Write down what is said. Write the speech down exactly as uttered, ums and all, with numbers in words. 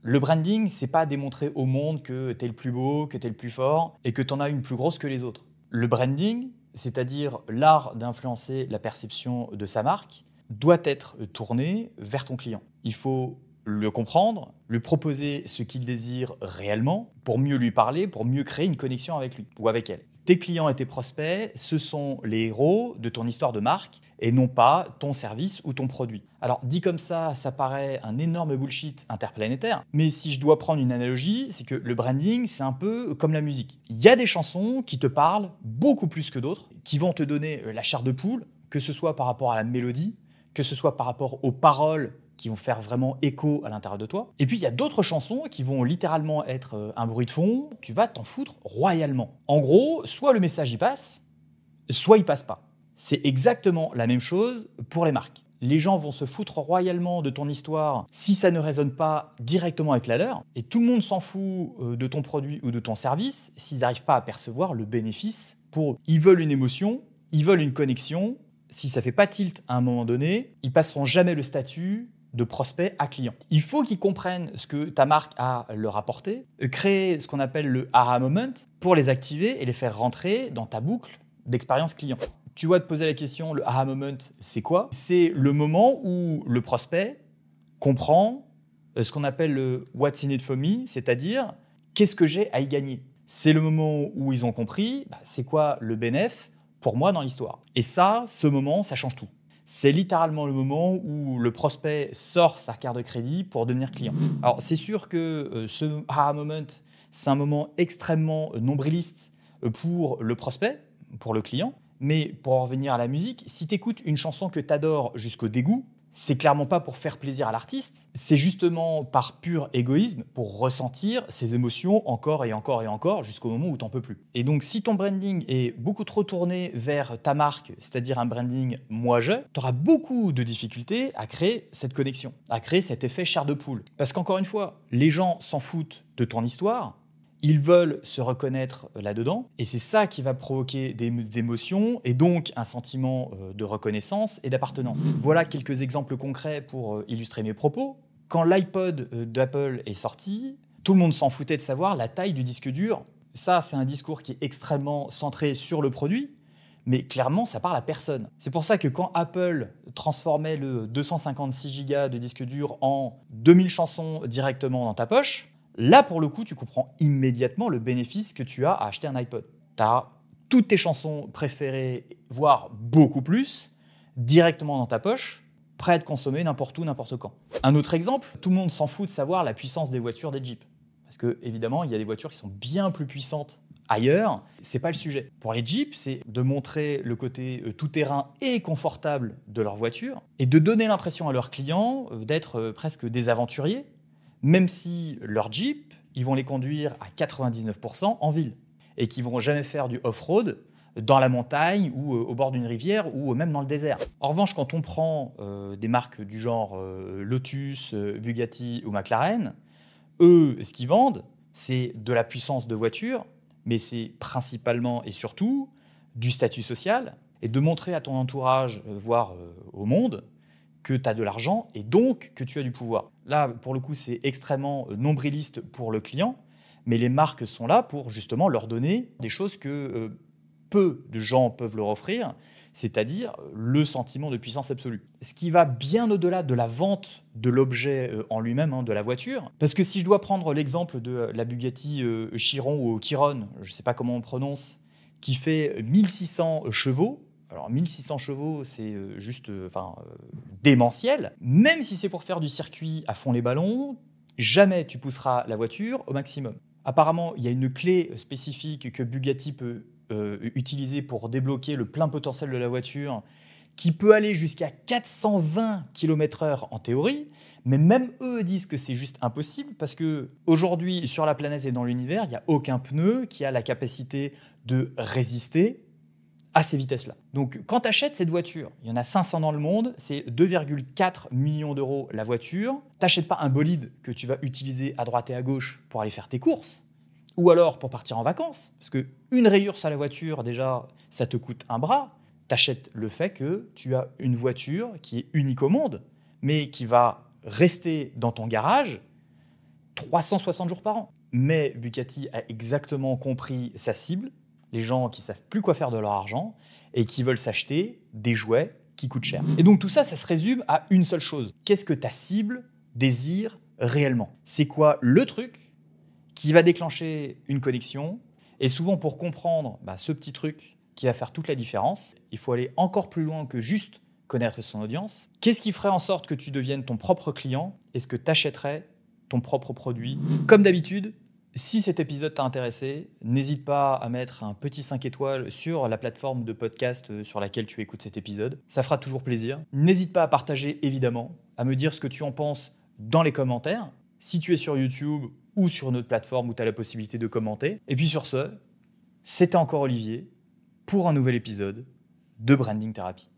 Le branding, c'est pas démontrer au monde que t'es le plus beau, que t'es le plus fort et que t'en as une plus grosse que les autres. Le branding, c'est-à-dire l'art d'influencer la perception de sa marque, doit être tourné vers ton client. Il faut le comprendre, lui proposer ce qu'il désire réellement pour mieux lui parler, pour mieux créer une connexion avec lui ou avec elle. Tes clients et tes prospects, ce sont les héros de ton histoire de marque et non pas ton service ou ton produit. Alors dit comme ça, ça paraît un énorme bullshit interplanétaire, mais si je dois prendre une analogie, c'est que le branding, c'est un peu comme la musique. Il y a des chansons qui te parlent beaucoup plus que d'autres, qui vont te donner la chair de poule, que ce soit par rapport à la mélodie, que ce soit par rapport aux paroles qui vont faire vraiment écho à l'intérieur de toi. Et puis il y a d'autres chansons qui vont littéralement être un bruit de fond, tu vas t'en foutre royalement. En gros, soit le message y passe, soit il passe pas. C'est exactement la même chose pour les marques. Les gens vont se foutre royalement de ton histoire si ça ne résonne pas directement avec la leur, et tout le monde s'en fout de ton produit ou de ton service s'ils n'arrivent pas à percevoir le bénéfice pour eux. Ils veulent une émotion, ils veulent une connexion. Si ça fait pas tilt à un moment donné, ils passeront jamais le statut de prospect à client. Il faut qu'ils comprennent ce que ta marque a à leur apporter, créer ce qu'on appelle le aha moment pour les activer et les faire rentrer dans ta boucle d'expérience client. Tu vas te poser la question, le aha moment, c'est quoi ? C'est le moment où le prospect comprend ce qu'on appelle le what's in it for me, c'est-à-dire qu'est-ce que j'ai à y gagner. C'est le moment où ils ont compris bah, c'est quoi le bénéfice pour moi dans l'histoire. Et ça, ce moment, ça change tout. C'est littéralement le moment où le prospect sort sa carte de crédit pour devenir client. Alors, c'est sûr que euh, ce aha moment, c'est un moment extrêmement nombriliste pour le prospect, pour le client. Mais pour en revenir à la musique, si tu écoutes une chanson que tu adores jusqu'au dégoût, c'est clairement pas pour faire plaisir à l'artiste, c'est justement par pur égoïsme pour ressentir ses émotions encore et encore et encore jusqu'au moment où t'en peux plus. Et donc si ton branding est beaucoup trop tourné vers ta marque, c'est-à-dire un branding moi-je, t'auras beaucoup de difficultés à créer cette connexion, à créer cet effet chair de poule. Parce qu'encore une fois, les gens s'en foutent de ton histoire, ils veulent se reconnaître là-dedans et c'est ça qui va provoquer des émotions et donc un sentiment de reconnaissance et d'appartenance. Voilà quelques exemples concrets pour illustrer mes propos. Quand l'iPod d'Apple est sorti, tout le monde s'en foutait de savoir la taille du disque dur. Ça, c'est un discours qui est extrêmement centré sur le produit, mais clairement, ça parle à personne. C'est pour ça que quand Apple transformait le deux cent cinquante-six gigas de disque dur en deux mille chansons directement dans ta poche, là, pour le coup, tu comprends immédiatement le bénéfice que tu as à acheter un iPod. Tu as toutes tes chansons préférées, voire beaucoup plus, directement dans ta poche, prêt à être consommé n'importe où, n'importe quand. Un autre exemple, tout le monde s'en fout de savoir la puissance des voitures des Jeeps. Parce que, évidemment, il y a des voitures qui sont bien plus puissantes ailleurs. C'est pas le sujet. Pour les Jeeps, c'est de montrer le côté tout-terrain et confortable de leur voiture et de donner l'impression à leurs clients d'être presque des aventuriers, même si leur Jeep, ils vont les conduire à quatre-vingt-dix-neuf pour cent en ville et qu'ils ne vont jamais faire du off-road dans la montagne ou au bord d'une rivière ou même dans le désert. En revanche, quand on prend euh, des marques du genre euh, Lotus, euh, Bugatti ou McLaren, eux, ce qu'ils vendent, c'est de la puissance de voiture, mais c'est principalement et surtout du statut social et de montrer à ton entourage, euh, voire euh, au monde, que tu as de l'argent et donc que tu as du pouvoir. Là, pour le coup, c'est extrêmement nombriliste pour le client, mais les marques sont là pour justement leur donner des choses que euh, peu de gens peuvent leur offrir, c'est-à-dire le sentiment de puissance absolue. Ce qui va bien au-delà de la vente de l'objet euh, en lui-même, hein, de la voiture. Parce que si je dois prendre l'exemple de la Bugatti euh, Chiron ou Chiron, je ne sais pas comment on prononce, qui fait mille six cents chevaux, alors mille six cents chevaux, c'est juste euh, enfin, euh, démentiel. Même si c'est pour faire du circuit à fond les ballons, jamais tu pousseras la voiture au maximum. Apparemment, il y a une clé spécifique que Bugatti peut euh, utiliser pour débloquer le plein potentiel de la voiture, qui peut aller jusqu'à quatre cent vingt kilomètres heure en théorie, mais même eux disent que c'est juste impossible parce qu'aujourd'hui, sur la planète et dans l'univers, il n'y a aucun pneu qui a la capacité de résister à ces vitesses-là. Donc, quand tu achètes cette voiture, il y en a cinq cents dans le monde, c'est deux virgule quatre millions d'euros la voiture. Tu n'achètes pas un bolide que tu vas utiliser à droite et à gauche pour aller faire tes courses, ou alors pour partir en vacances, parce qu'une rayure sur la voiture, déjà, ça te coûte un bras. Tu achètes le fait que tu as une voiture qui est unique au monde, mais qui va rester dans ton garage trois cent soixante jours par an. Mais Bucati a exactement compris sa cible, les gens qui savent plus quoi faire de leur argent et qui veulent s'acheter des jouets qui coûtent cher. Et donc tout ça, ça se résume à une seule chose. Qu'est-ce que ta cible désire réellement? C'est quoi le truc qui va déclencher une connexion? Et souvent, pour comprendre bah, ce petit truc qui va faire toute la différence, il faut aller encore plus loin que juste connaître son audience. Qu'est-ce qui ferait en sorte que tu deviennes ton propre client? Est-ce que tu achèterais ton propre produit? Comme d'habitude, si cet épisode t'a intéressé, n'hésite pas à mettre un petit cinq étoiles sur la plateforme de podcast sur laquelle tu écoutes cet épisode. Ça fera toujours plaisir. N'hésite pas à partager, évidemment, à me dire ce que tu en penses dans les commentaires, si tu es sur YouTube ou sur une autre plateforme où tu as la possibilité de commenter. Et puis sur ce, c'était encore Olivier pour un nouvel épisode de Branding Therapy.